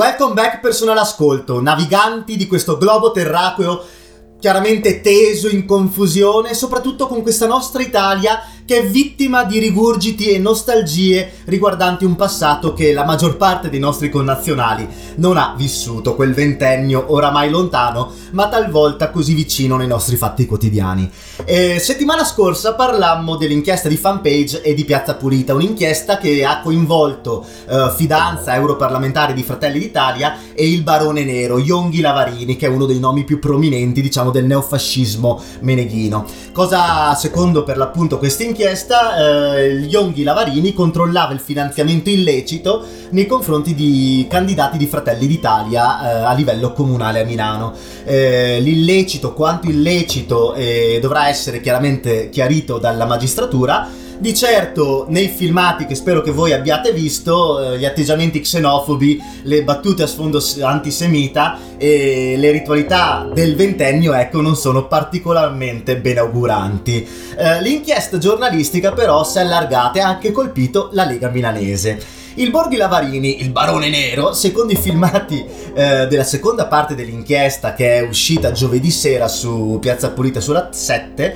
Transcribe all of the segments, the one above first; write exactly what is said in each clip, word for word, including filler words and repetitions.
Welcome back personale ascolto, naviganti di questo globo terracqueo chiaramente teso, in confusione, soprattutto con questa nostra Italia che è vittima di rigurgiti e nostalgie riguardanti un passato che la maggior parte dei nostri connazionali non ha vissuto, quel ventennio oramai lontano, ma talvolta così vicino nei nostri fatti quotidiani. E settimana scorsa parlammo dell'inchiesta di Fanpage e di Piazza Pulita, un'inchiesta che ha coinvolto eh, Fidanza, europarlamentare di Fratelli d'Italia, e il Barone Nero, Yonghi Lavarini, che è uno dei nomi più prominenti, diciamo, del neofascismo meneghino. Cosa, secondo per l'appunto questa inchiesta, eh, Yonghi Lavarini controllava il finanziamento illecito nei confronti di candidati di Fratelli d'Italia eh, a livello comunale a Milano. Eh, l'illecito, quanto illecito, eh, dovrà essere chiaramente chiarito dalla magistratura. Di certo nei filmati che spero che voi abbiate visto, eh, gli atteggiamenti xenofobi, le battute a sfondo antisemita e le ritualità del ventennio, ecco, non sono particolarmente benauguranti. Eh, l'inchiesta giornalistica però si è allargata e ha anche colpito la Lega milanese. Il Borghi Lavarini, il Barone Nero, secondo i filmati eh, della seconda parte dell'inchiesta, che è uscita giovedì sera su Piazza Pulita sulla sette,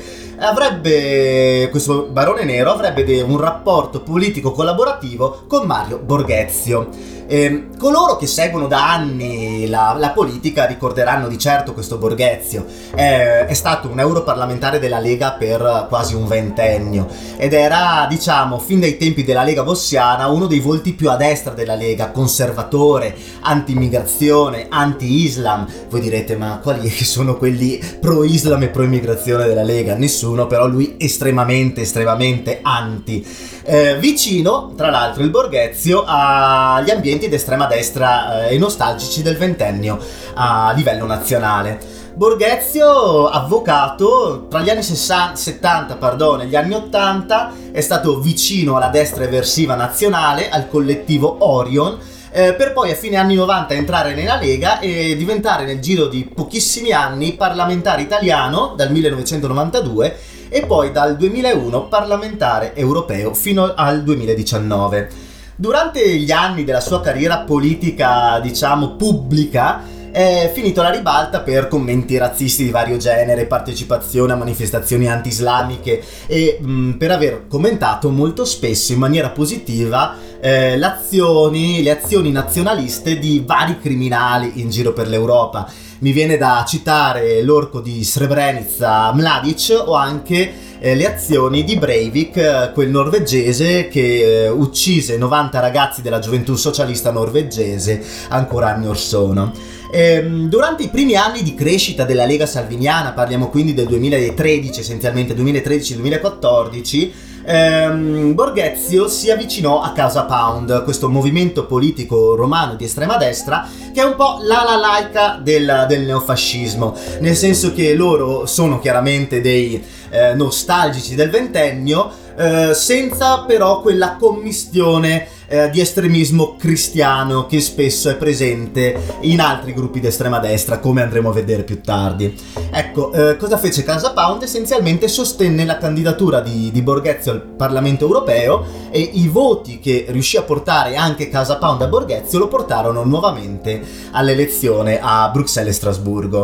avrebbe, questo Barone Nero avrebbe de- un rapporto politico collaborativo con Mario Borghezio. Eh, coloro che seguono da anni la, la politica ricorderanno di certo questo Borghezio. Eh, è stato un europarlamentare della Lega per quasi un ventennio ed era, diciamo, fin dai tempi della Lega bossiana, uno dei volti più a destra della Lega, conservatore, anti-immigrazione, anti-islam. Voi direte, ma quali sono quelli pro-islam e pro-immigrazione della Lega? Nessuno, però lui estremamente, estremamente anti. Eh, vicino, tra l'altro, il Borghezio agli ambienti d'estrema destra eh, e nostalgici del ventennio a livello nazionale. Borghezio, avvocato, tra gli anni sessanta, settanta pardon, e gli anni ottanta è stato vicino alla destra eversiva nazionale, al collettivo Orion, eh, per poi a fine anni novanta entrare nella Lega e diventare nel giro di pochissimi anni parlamentare italiano dal millenovecentonovantadue e poi dal duemilauno parlamentare europeo fino al duemiladiciannove. Durante gli anni della sua carriera politica, diciamo, pubblica, è finito alla ribalta per commenti razzisti di vario genere, partecipazione a manifestazioni anti-islamiche e mh, per aver commentato molto spesso in maniera positiva eh, le azioni, le azioni nazionaliste di vari criminali in giro per l'Europa. Mi viene da citare l'orco di Srebrenica Mladic o anche eh, le azioni di Breivik, eh, quel norvegese che eh, uccise novanta ragazzi della gioventù socialista norvegese ancora anni or sono. Ehm, durante i primi anni di crescita della Lega Salviniana, parliamo quindi del duemilatredici, essenzialmente duemilatredici duemilaquattordici, ehm, Borghezio si avvicinò a Casa Pound, questo movimento politico romano di estrema destra che è un po' l'ala laica del, del neofascismo, nel senso che loro sono chiaramente dei eh, nostalgici del ventennio, eh, senza però quella commistione eh, di estremismo cristiano che spesso è presente in altri gruppi di estrema destra, come andremo a vedere più tardi. Ecco, eh, cosa fece Casa Pound? Essenzialmente sostenne la candidatura di, di Borghezio al Parlamento europeo e i voti che riuscì a portare anche Casa Pound a Borghezio lo portarono nuovamente all'elezione a Bruxelles e Strasburgo.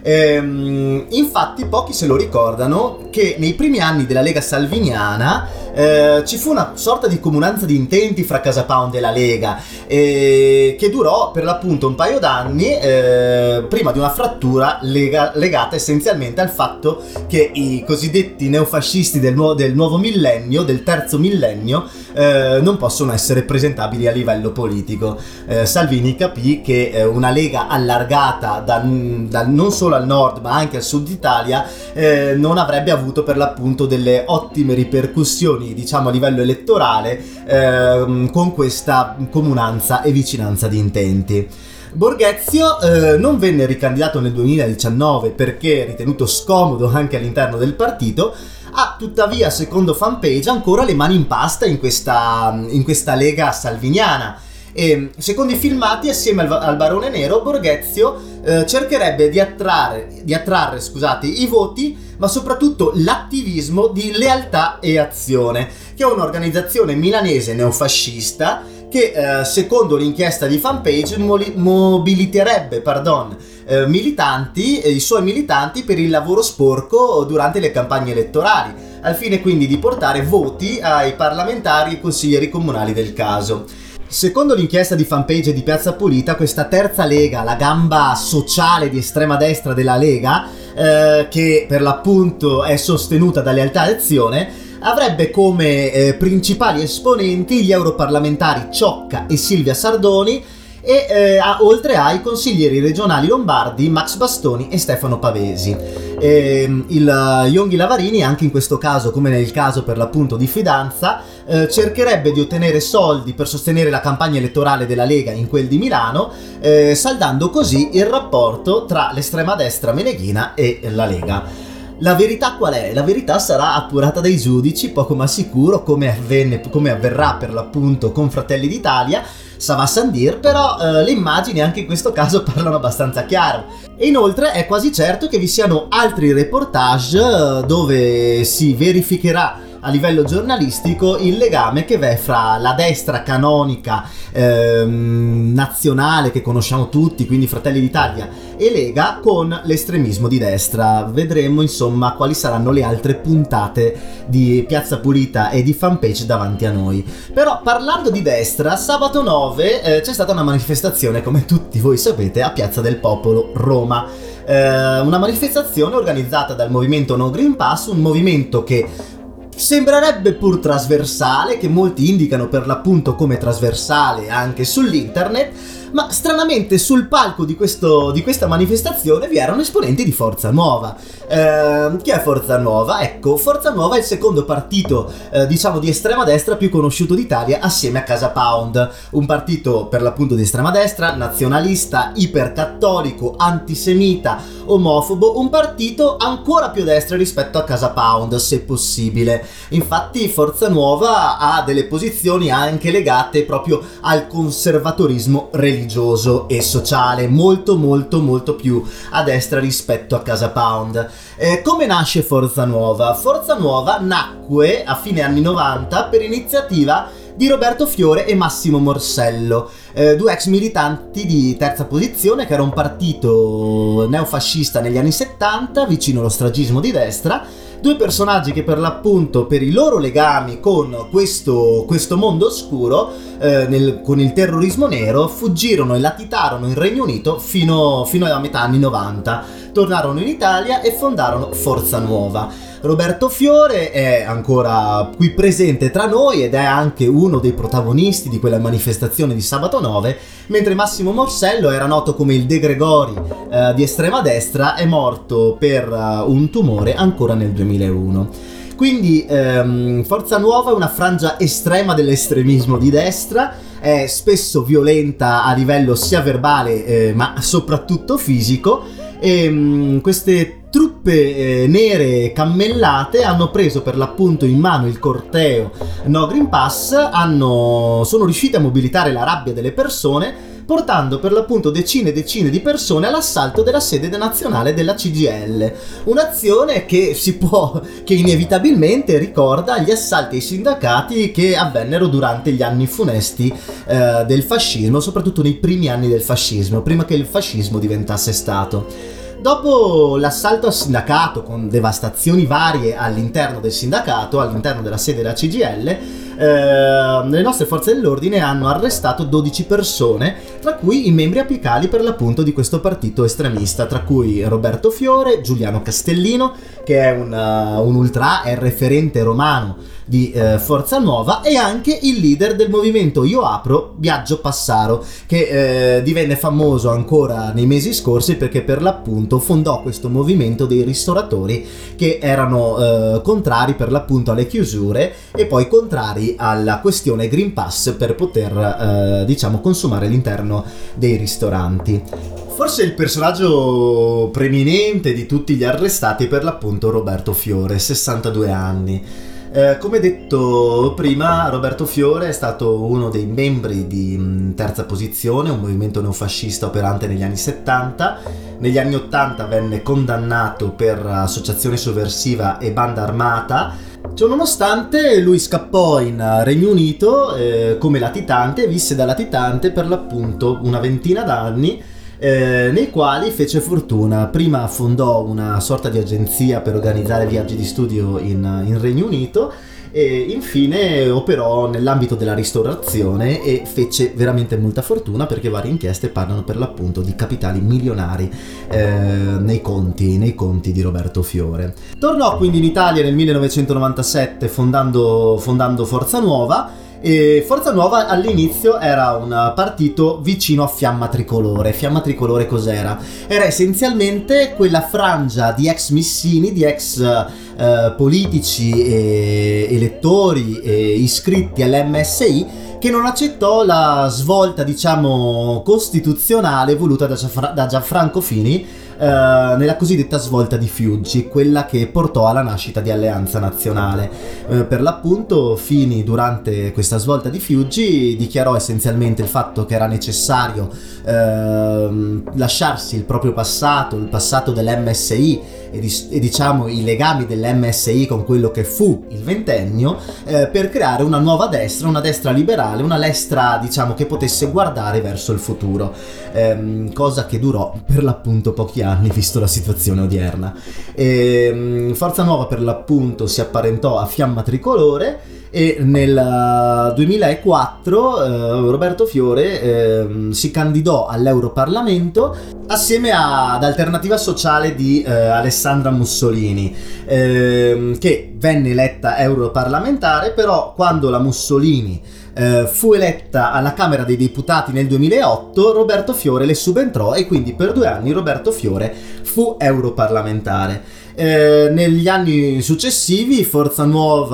Ehm, infatti pochi se lo ricordano che nei primi anni della Lega Salviniana eh, ci fu una sorta di comunanza di intenti fra Casa Pound e la Lega eh, che durò per l'appunto un paio d'anni eh, prima di una frattura lega- legata essenzialmente al fatto che i cosiddetti neofascisti del, nu- del nuovo millennio, del terzo millennio, eh, non possono essere presentabili a livello politico. eh, Salvini capì che eh, una Lega allargata da, da non solo al nord ma anche al sud Italia eh, non avrebbe avuto per l'appunto delle ottime ripercussioni, diciamo, a livello elettorale eh, con questa comunanza e vicinanza di intenti. Borghezio eh, non venne ricandidato nel duemiladiciannove perché ritenuto scomodo anche all'interno del partito. Ha tuttavia, secondo Fanpage, ancora le mani in pasta in questa, in questa Lega salviniana. E secondo i filmati, assieme al, al Barone Nero, Borghezio eh, cercherebbe di attrarre, di attrarre scusate, i voti, ma soprattutto l'attivismo di Lealtà e Azione, che è un'organizzazione milanese neofascista che eh, secondo l'inchiesta di Fanpage moli- mobiliterebbe pardon, eh, militanti, eh, i suoi militanti per il lavoro sporco durante le campagne elettorali, al fine quindi di portare voti ai parlamentari e consiglieri comunali del caso. Secondo l'inchiesta di Fanpage e di Piazza Pulita, questa terza lega, la gamba sociale di estrema destra della Lega, eh, che per l'appunto è sostenuta da Lealtà Azione, avrebbe come eh, principali esponenti gli europarlamentari Ciocca e Silvia Sardoni e eh, a, oltre ai consiglieri regionali lombardi Max Bastoni e Stefano Pavesi. E, il Ionghi Lavarini, anche in questo caso come nel caso per l'appunto di Fidanza, eh, cercherebbe di ottenere soldi per sostenere la campagna elettorale della Lega in quel di Milano, eh, saldando così il rapporto tra l'estrema destra meneghina e la Lega. La verità qual è? La verità sarà appurata dai giudici, poco ma sicuro, come avvenne, come avverrà per l'appunto con Fratelli d'Italia, ça va sans dire, però eh, le immagini anche in questo caso parlano abbastanza chiaro. E inoltre è quasi certo che vi siano altri reportage eh, dove si verificherà a livello giornalistico il legame che v'è fra la destra canonica ehm, nazionale che conosciamo tutti, quindi Fratelli d'Italia e Lega, con l'estremismo di destra. Vedremo insomma quali saranno le altre puntate di Piazza Pulita e di Fanpage davanti a noi. Però parlando di destra, sabato nove eh, c'è stata una manifestazione, come tutti voi sapete, a Piazza del Popolo, Roma. Eh, una manifestazione organizzata dal movimento No Green Pass, un movimento che sembrerebbe pur trasversale, che molti indicano per l'appunto come trasversale anche sull'internet, ma stranamente sul palco di, questo, di questa manifestazione vi erano esponenti di Forza Nuova. Eh, chi è Forza Nuova? Ecco, Forza Nuova è il secondo partito, eh, diciamo, di estrema destra più conosciuto d'Italia assieme a Casa Pound, un partito per l'appunto di estrema destra, nazionalista, ipercattolico, antisemita, omofobo, un partito ancora più a destra rispetto a Casa Pound, se possibile. Infatti Forza Nuova ha delle posizioni anche legate proprio al conservatorismo religioso e sociale, molto molto molto più a destra rispetto a Casa Pound. Eh, come nasce Forza Nuova? Forza Nuova nacque a fine anni novanta per iniziativa di Roberto Fiore e Massimo Morsello, eh, due ex militanti di Terza Posizione, che era un partito neofascista negli anni settanta, vicino allo stragismo di destra. Due personaggi che per l'appunto, per i loro legami con questo, questo mondo oscuro, eh, nel, con il terrorismo nero, fuggirono e latitarono in Regno Unito fino, fino alla metà anni novanta. Tornarono in Italia e fondarono Forza Nuova. Roberto Fiore è ancora qui presente tra noi ed è anche uno dei protagonisti di quella manifestazione di sabato nove, mentre Massimo Morsello era noto come il De Gregori eh, di estrema destra, è morto per uh, un tumore ancora nel duemilauno. Quindi ehm, Forza Nuova è una frangia estrema dell'estremismo di destra, è spesso violenta a livello sia verbale eh, ma soprattutto fisico, e mh, queste truppe eh, nere cammellate hanno preso per l'appunto in mano il corteo No Green Pass, hanno, sono riusciti a mobilitare la rabbia delle persone, portando per l'appunto decine e decine di persone all'assalto della sede nazionale della C G I L. Un'azione che si può, che inevitabilmente ricorda gli assalti ai sindacati che avvennero durante gli anni funesti eh, del fascismo, soprattutto nei primi anni del fascismo, prima che il fascismo diventasse Stato. Dopo l'assalto al sindacato, con devastazioni varie all'interno del sindacato, all'interno della sede della C G I L, eh, le nostre forze dell'ordine hanno arrestato dodici persone, tra cui i membri apicali per l'appunto di questo partito estremista, tra cui Roberto Fiore, Giuliano Castellino, che è un, uh, un ultra, è il referente romano di eh, Forza Nuova, e anche il leader del movimento Io Apro, Biagio Passaro, che eh, divenne famoso ancora nei mesi scorsi perché per l'appunto fondò questo movimento dei ristoratori che erano eh, contrari per l'appunto alle chiusure e poi contrari alla questione Green Pass per poter eh, diciamo consumare all'interno dei ristoranti. Forse il personaggio preminente di tutti gli arrestati è per l'appunto Roberto Fiore, sessantadue anni. Eh, come detto prima, Roberto Fiore è stato uno dei membri di mh, Terza Posizione, un movimento neofascista operante negli anni settanta. Negli anni ottanta venne condannato per associazione sovversiva e banda armata Ciononostante, lui scappò in Regno Unito eh, come latitante e visse da latitante per l'appunto una ventina d'anni, eh, nei quali fece fortuna. Prima fondò una sorta di agenzia per organizzare viaggi di studio in, in Regno Unito, e infine operò nell'ambito della ristorazione e fece veramente molta fortuna, perché varie inchieste parlano per l'appunto di capitali milionari eh, nei conti, nei conti di Roberto Fiore. Tornò quindi in Italia nel millenovecentonovantasette fondando, fondando Forza Nuova. E Forza Nuova all'inizio era un partito vicino a Fiamma Tricolore. Fiamma Tricolore cos'era? Era essenzialmente quella frangia di ex missini, di ex eh, politici e elettori e iscritti all'M S I, che non accettò la svolta, diciamo, costituzionale voluta da, Gianfra- da Gianfranco Fini eh, nella cosiddetta svolta di Fiuggi, quella che portò alla nascita di Alleanza Nazionale. Eh, per l'appunto Fini, durante questa svolta di Fiuggi, dichiarò essenzialmente il fatto che era necessario eh, lasciarsi il proprio passato, il passato dell'M S I e, di, e diciamo i legami dell'M S I con quello che fu il ventennio, eh, per creare una nuova destra, una destra liberale, una destra, diciamo, che potesse guardare verso il futuro, ehm, cosa che durò per l'appunto pochi anni, visto la situazione odierna. E, Forza Nuova per l'appunto si apparentò a Fiamma Tricolore, e nel duemilaquattro eh, Roberto Fiore eh, si candidò all'Europarlamento assieme a, ad Alternativa Sociale di eh, Alessandra Mussolini, eh, che venne eletta europarlamentare. Però quando la Mussolini eh, fu eletta alla Camera dei Deputati nel duemilaotto, Roberto Fiore le subentrò e quindi per due anni Roberto Fiore fu europarlamentare. Eh, negli anni successivi Forza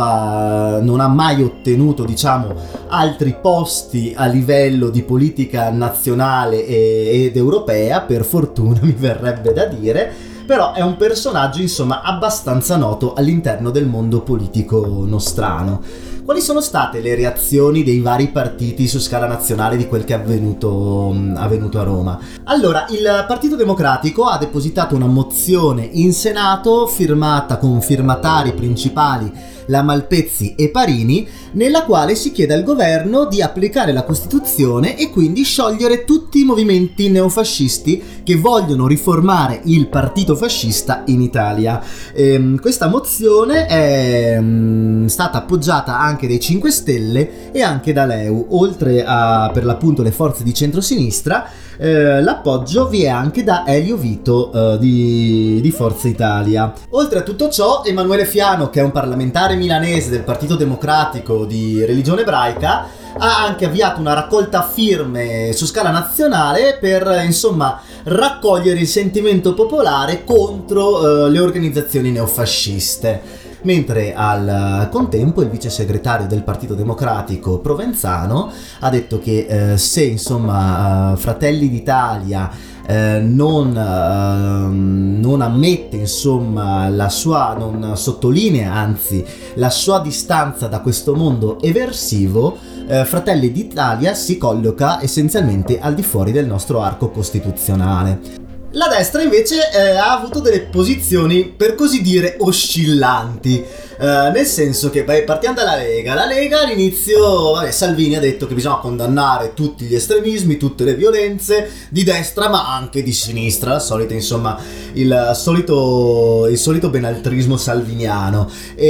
Nuova non ha mai ottenuto, diciamo, altri posti a livello di politica nazionale e, ed europea, per fortuna mi verrebbe da dire, però è un personaggio insomma abbastanza noto all'interno del mondo politico nostrano. Quali sono state le reazioni dei vari partiti su scala nazionale di quel che è avvenuto, avvenuto a Roma? Allora, il Partito Democratico ha depositato una mozione in Senato firmata con firmatari principali la Malpezzi e Parini, nella quale si chiede al governo di applicare la Costituzione e quindi sciogliere tutti i movimenti neofascisti che vogliono riformare il partito fascista in Italia. Ehm, questa mozione è mh, stata appoggiata anche dai cinque Stelle e anche da L E U, oltre a per l'appunto le forze di centrosinistra. Eh, l'appoggio vi è anche da Elio Vito eh, di, di Forza Italia. Oltre a tutto ciò, Emanuele Fiano, che è un parlamentare milanese del Partito Democratico di religione ebraica, ha anche avviato una raccolta firme su scala nazionale per, insomma, raccogliere il sentimento popolare contro eh, le organizzazioni neofasciste. Mentre al contempo il vice segretario del Partito Democratico Provenzano ha detto che eh, se insomma uh, Fratelli d'Italia eh, non, uh, non ammette insomma la sua, non sottolinea anzi la sua distanza da questo mondo eversivo, eh, Fratelli d'Italia si colloca essenzialmente al di fuori del nostro arco costituzionale. La destra invece eh, ha avuto delle posizioni per così dire oscillanti, eh, nel senso che beh, partiamo dalla Lega. La Lega all'inizio, vabbè, Salvini ha detto che bisogna condannare tutti gli estremismi, tutte le violenze di destra ma anche di sinistra, la solita insomma il solito, il solito benaltrismo salviniano,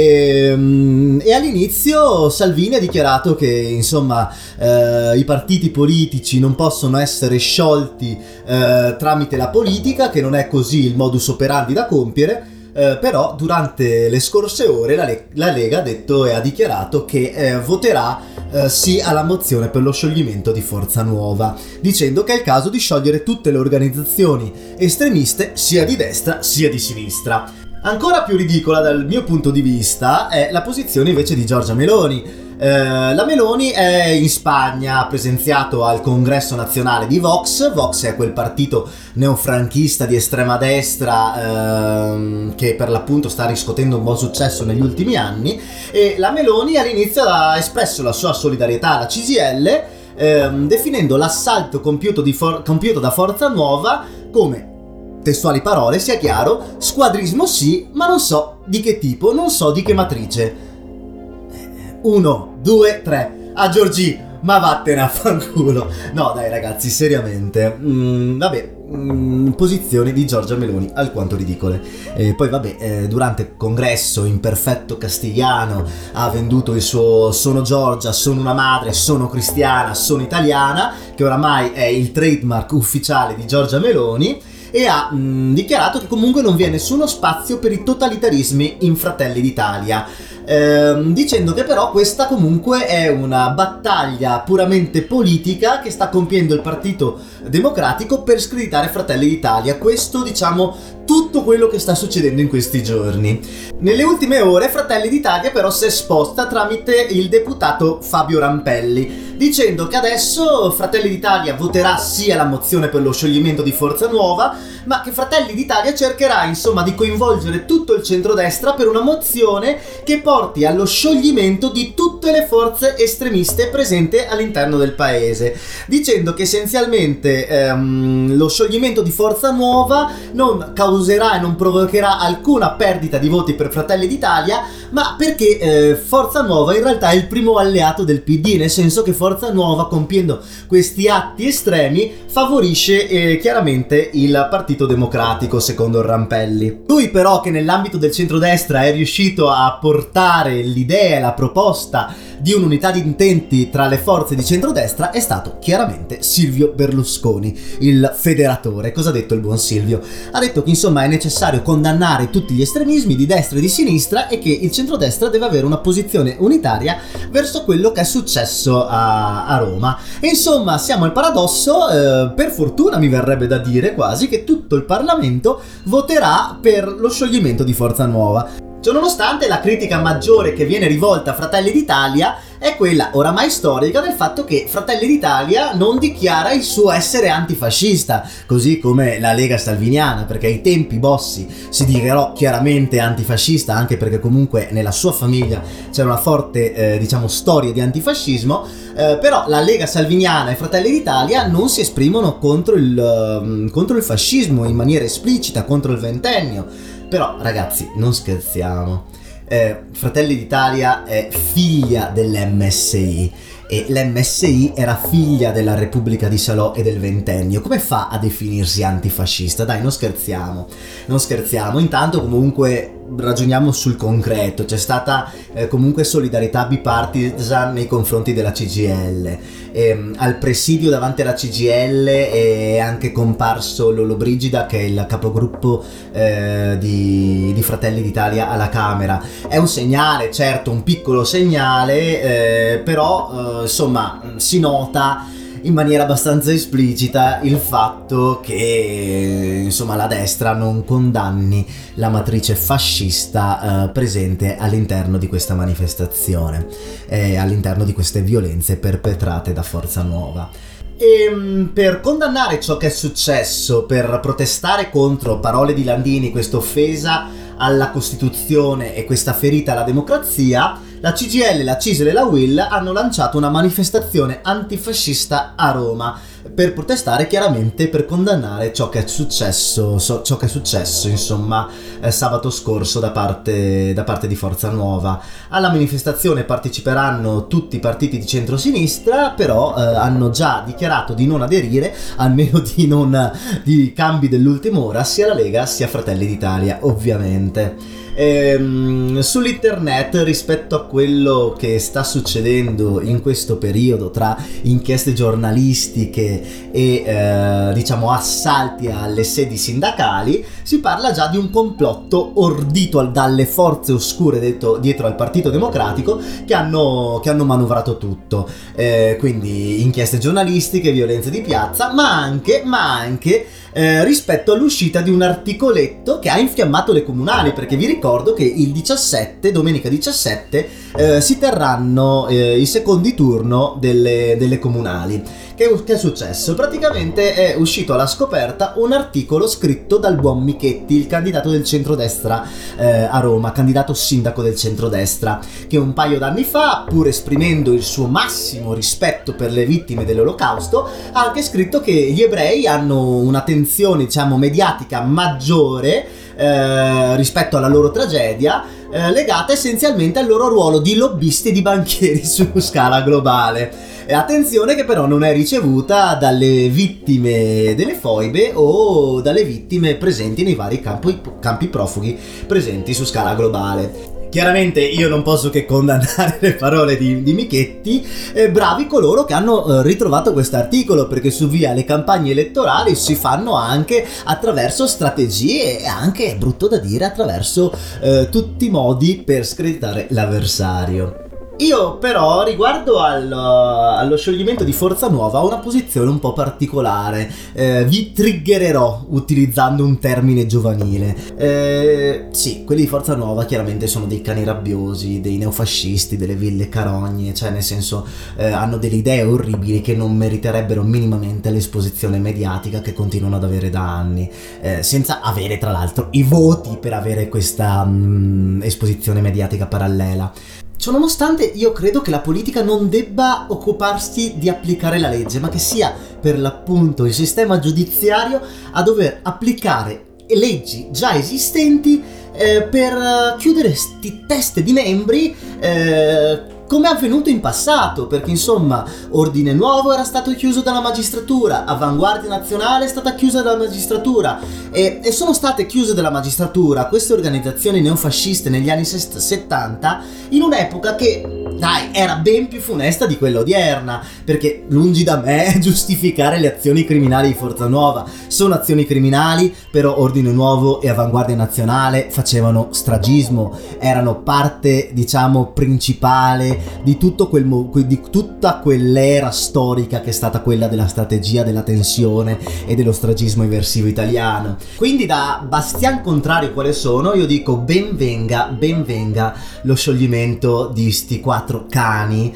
e, e all'inizio Salvini ha dichiarato che insomma eh, i partiti politici non possono essere sciolti eh, tramite la politica, che non è così il modus operandi da compiere. Eh, però durante le scorse ore la, Le- la Lega ha detto e ha dichiarato che eh, voterà eh, sì alla mozione per lo scioglimento di Forza Nuova, dicendo che è il caso di sciogliere tutte le organizzazioni estremiste sia di destra sia di sinistra. Ancora più ridicola dal mio punto di vista è la posizione invece di Giorgia Meloni. Eh, la Meloni è in Spagna, ha presenziato al congresso nazionale di Vox. Vox è quel partito neofranchista di estrema destra ehm, che per l'appunto sta riscuotendo un buon successo negli ultimi anni, e la Meloni all'inizio ha espresso la sua solidarietà alla C S L, ehm, definendo l'assalto compiuto, di for- compiuto da Forza Nuova come, testuali parole, sia chiaro, squadrismo sì, ma non so di che tipo, non so di che matrice. Uno, due, tre. A Giorgi, ma vattene a fanculo. No dai ragazzi, seriamente. Mm, vabbè, mm, posizioni di Giorgia Meloni alquanto ridicole. E poi vabbè, eh, durante il congresso in perfetto castigliano ha venduto il suo sono Giorgia, sono una madre, sono cristiana, sono italiana, che oramai è il trademark ufficiale di Giorgia Meloni, e ha mh, dichiarato che comunque non vi è nessuno spazio per i totalitarismi in Fratelli d'Italia, ehm, dicendo che però questa comunque è una battaglia puramente politica che sta compiendo il Partito Democratico per screditare Fratelli d'Italia. Questo, diciamo, tutto quello che sta succedendo in questi giorni. Nelle ultime ore Fratelli d'Italia però si è esposta tramite il deputato Fabio Rampelli, dicendo che adesso Fratelli d'Italia voterà sì alla mozione per lo scioglimento di Forza Nuova, ma che Fratelli d'Italia cercherà insomma di coinvolgere tutto il centrodestra per una mozione che porti allo scioglimento di tutte le forze estremiste presenti all'interno del paese, dicendo che essenzialmente ehm, lo scioglimento di Forza Nuova non causerà e non provocherà alcuna perdita di voti per Fratelli d'Italia, ma perché eh, Forza Nuova in realtà è il primo alleato del P D, nel senso che Forza Nuova, compiendo questi atti estremi, favorisce eh, chiaramente il Partito Democratico, secondo il Rampelli. Lui però, che nell'ambito del centrodestra è riuscito a portare l'idea e la proposta di un'unità di intenti tra le forze di centrodestra, è stato chiaramente Silvio Berlusconi, il federatore. Cosa ha detto il buon Silvio? Ha detto che insomma è necessario condannare tutti gli estremismi di destra e di sinistra e che il centrodestra deve avere una posizione unitaria verso quello che è successo a, a Roma. E insomma siamo al paradosso, eh, per fortuna mi verrebbe da dire quasi, che tutto il Parlamento voterà per lo scioglimento di Forza Nuova. Ciononostante, la critica maggiore che viene rivolta a Fratelli d'Italia è quella oramai storica del fatto che Fratelli d'Italia non dichiara il suo essere antifascista, così come la Lega Salviniana, perché ai tempi Bossi si dichiarò chiaramente antifascista, anche perché comunque nella sua famiglia c'era una forte eh, diciamo storia di antifascismo, eh, però la Lega Salviniana e Fratelli d'Italia non si esprimono contro il, uh, contro il fascismo in maniera esplicita, contro il ventennio. Però ragazzi, non scherziamo, eh, Fratelli d'Italia è figlia dell'M S I e l'M S I era figlia della Repubblica di Salò e del Ventennio. Come fa a definirsi antifascista? Dai, non scherziamo, non scherziamo. Intanto comunque ragioniamo sul concreto. C'è stata eh, comunque solidarietà bipartisan nei confronti della C G I L. E, al presidio davanti alla C G I L è anche comparso Lollobrigida, che è il capogruppo eh, di, di Fratelli d'Italia alla Camera. È un segnale, certo, un piccolo segnale, eh, però eh, insomma si nota in maniera abbastanza esplicita il fatto che insomma la destra non condanni la matrice fascista eh, presente all'interno di questa manifestazione, eh, all'interno di queste violenze perpetrate da Forza Nuova. E per condannare ciò che è successo, per protestare contro, parole di Landini, questa offesa alla Costituzione e questa ferita alla democrazia, la C G I L, la C I S L e la U I L hanno lanciato una manifestazione antifascista a Roma per protestare, chiaramente per condannare ciò che è successo, so, ciò che è successo insomma eh, sabato scorso da parte, da parte di Forza Nuova. Alla manifestazione parteciperanno tutti i partiti di centrosinistra, però eh, hanno già dichiarato di non aderire, almeno di non di cambi dell'ultima ora, sia la Lega sia Fratelli d'Italia, ovviamente. Ehm, sull'internet, rispetto a quello che sta succedendo in questo periodo tra inchieste giornalistiche e eh, diciamo assalti alle sedi sindacali, si parla già di un complotto ordito dalle forze oscure dietro, dietro al Partito Democratico che hanno, che hanno manovrato tutto, eh, quindi inchieste giornalistiche, violenze di piazza, ma anche, ma anche Eh, rispetto all'uscita di un articoletto che ha infiammato le comunali, perché vi ricordo che il diciassette, domenica diciassette, eh, si terranno eh, i secondi turno delle, delle comunali. Che, che è successo? Praticamente è uscito alla scoperta un articolo scritto dal buon Michetti, il candidato del centrodestra eh, a Roma, candidato sindaco del centrodestra, che un paio d'anni fa, pur esprimendo il suo massimo rispetto per le vittime dell'Olocausto, ha anche scritto che gli ebrei hanno un'attenzione, diciamo, mediatica maggiore eh, rispetto alla loro tragedia, eh, legata essenzialmente al loro ruolo di lobbisti e di banchieri su scala globale. E attenzione che però non è ricevuta dalle vittime delle foibe o dalle vittime presenti nei vari campi, campi profughi presenti su scala globale. Chiaramente io non posso che condannare le parole di, di Michetti, eh, bravi coloro che hanno eh, ritrovato quest'articolo, perché su via le campagne elettorali si fanno anche attraverso strategie e anche, è brutto da dire, attraverso eh, tutti i modi per screditare l'avversario. Io però riguardo al, allo scioglimento di Forza Nuova ho una posizione un po' particolare, eh, vi triggererò utilizzando un termine giovanile. Eh, sì, quelli di Forza Nuova chiaramente sono dei cani rabbiosi, dei neofascisti, delle ville carogne, cioè nel senso eh, hanno delle idee orribili che non meriterebbero minimamente l'esposizione mediatica che continuano ad avere da anni, eh, senza avere tra l'altro i voti per avere questa mh, esposizione mediatica parallela. Ciononostante io credo che la politica non debba occuparsi di applicare la legge, ma che sia per l'appunto il sistema giudiziario a dover applicare leggi già esistenti eh, per chiudere sti teste di membri eh, come è avvenuto in passato, perché insomma Ordine Nuovo era stato chiuso dalla magistratura, Avanguardia Nazionale è stata chiusa dalla magistratura e, e sono state chiuse dalla magistratura queste organizzazioni neofasciste negli anni settanta in un'epoca che, dai, era ben più funesta di quella odierna, perché lungi da me giustificare le azioni criminali di Forza Nuova, sono azioni criminali, però Ordine Nuovo e Avanguardia Nazionale facevano stragismo, erano parte, diciamo, principale di tutto quel mo- di tutta quell'era storica che è stata quella della strategia della tensione e dello stragismo eversivo italiano. Quindi da bastian contrario quale sono, io dico ben venga, ben venga lo scioglimento di sti quattro cani,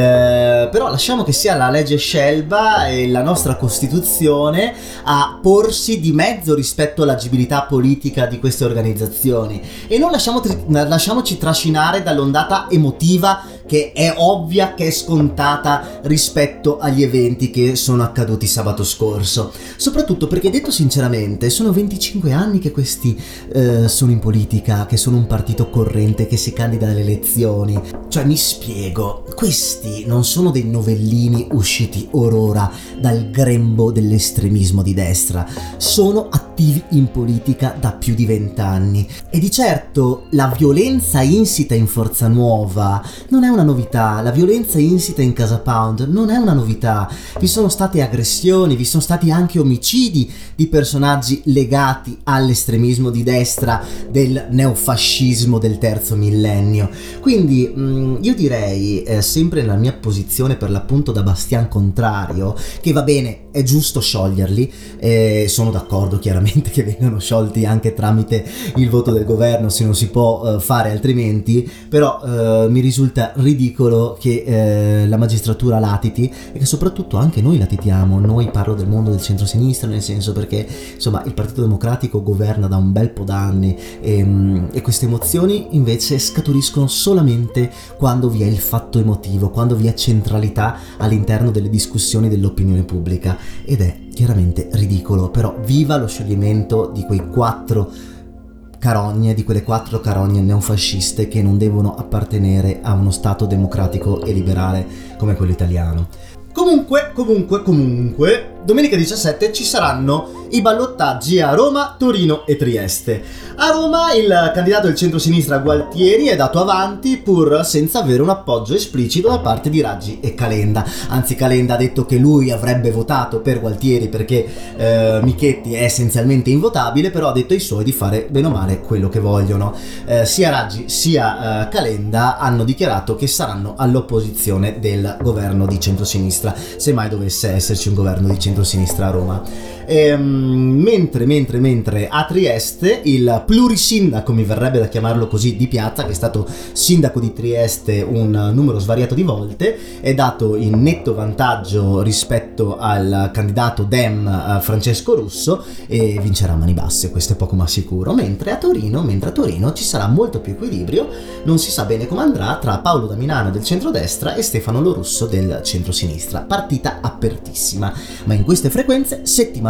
eh, però lasciamo che sia la legge Scelba e la nostra Costituzione a porsi di mezzo rispetto all'agibilità politica di queste organizzazioni e non lasciamo tri- lasciamoci trascinare dall'ondata emotiva che è ovvia, che è scontata rispetto agli eventi che sono accaduti sabato scorso, soprattutto perché, detto sinceramente, sono venticinque anni che questi eh, sono in politica, che sono un partito corrente, che si candida alle elezioni. Cioè, mi spiego, questi non sono dei novellini usciti or ora dal grembo dell'estremismo di destra, sono attivi in politica da più di vent'anni e di certo la violenza insita in Forza Nuova non è una novità, la violenza insita in Casa Pound non è una novità, vi sono state aggressioni, vi sono stati anche omicidi di personaggi legati all'estremismo di destra del neofascismo del terzo millennio, quindi mh, io direi eh, sempre nella mia posizione per l'appunto da bastian contrario che va bene, è giusto scioglierli, eh, sono d'accordo chiaramente che vengano sciolti anche tramite il voto del governo se non si può eh, fare altrimenti, però eh, mi risulta ridicolo che eh, la magistratura latiti e che soprattutto anche noi latitiamo, noi parlo del mondo del centro-sinistra nel senso perché insomma il Partito Democratico governa da un bel po' d'anni e, e queste emozioni invece scaturiscono solamente quando vi è il fatto emotivo, quando vi è centralità all'interno delle discussioni dell'opinione pubblica ed è chiaramente ridicolo, però viva lo scioglimento di quei quattro carogne, di quelle quattro carogne neofasciste che non devono appartenere a uno stato democratico e liberale come quello italiano. Comunque, comunque, comunque, domenica diciassette ci saranno i ballottaggi a Roma, Torino e Trieste. A Roma il candidato del centro-sinistra Gualtieri è dato avanti pur senza avere un appoggio esplicito da parte di Raggi e Calenda. Anzi, Calenda ha detto che lui avrebbe votato per Gualtieri perché eh, Michetti è essenzialmente invotabile, però ha detto ai suoi di fare bene o male quello che vogliono. Eh, sia Raggi sia eh, Calenda hanno dichiarato che saranno all'opposizione del governo di centro-sinistra, se mai dovesse esserci un governo di centro-sinistra a Roma. E, mentre, mentre, mentre a Trieste il plurisindaco, mi verrebbe da chiamarlo così, di piazza, che è stato sindaco di Trieste un numero svariato di volte, è dato in netto vantaggio rispetto al candidato Dem Francesco Russo e vincerà a mani basse, questo è poco ma sicuro. Mentre a Torino, mentre a Torino ci sarà molto più equilibrio, non si sa bene come andrà tra Paolo Damiano del centrodestra e Stefano Lorusso del centrosinistra. Partita apertissima, ma in queste frequenze settimana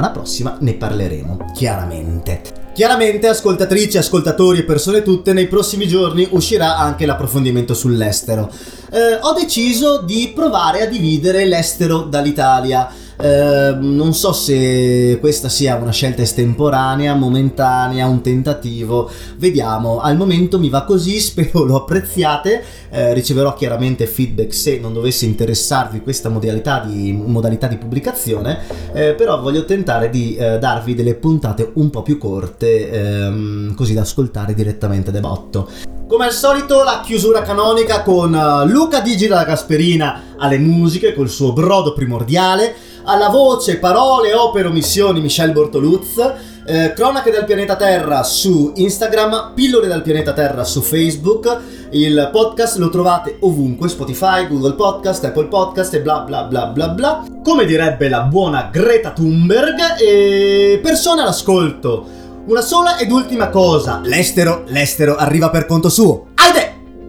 settimana prossima ne parleremo, chiaramente. Chiaramente, ascoltatrici, ascoltatori e persone tutte, nei prossimi giorni uscirà anche l'approfondimento sull'estero. Eh, ho deciso di provare a dividere l'estero dall'Italia. Eh, non so se questa sia una scelta estemporanea, momentanea, un tentativo, vediamo. Al momento mi va così, spero lo apprezziate. Eh, riceverò chiaramente feedback se non dovesse interessarvi questa modalità di, modalità di pubblicazione, eh, però voglio tentare di eh, darvi delle puntate un po' più corte, ehm, così da ascoltare direttamente de botto. Come al solito la chiusura canonica con uh, Luca Digi dalla Gasperina alle musiche col suo brodo primordiale, alla voce, parole, opere, omissioni Michel Bortoluz, eh, Cronache del pianeta Terra su Instagram, Pillole dal pianeta Terra su Facebook. Il podcast lo trovate ovunque, Spotify, Google Podcast, Apple Podcast e bla bla bla bla bla. Come direbbe la buona Greta Thunberg. E persone all'ascolto, una sola ed ultima cosa: l'estero, l'estero arriva per conto suo.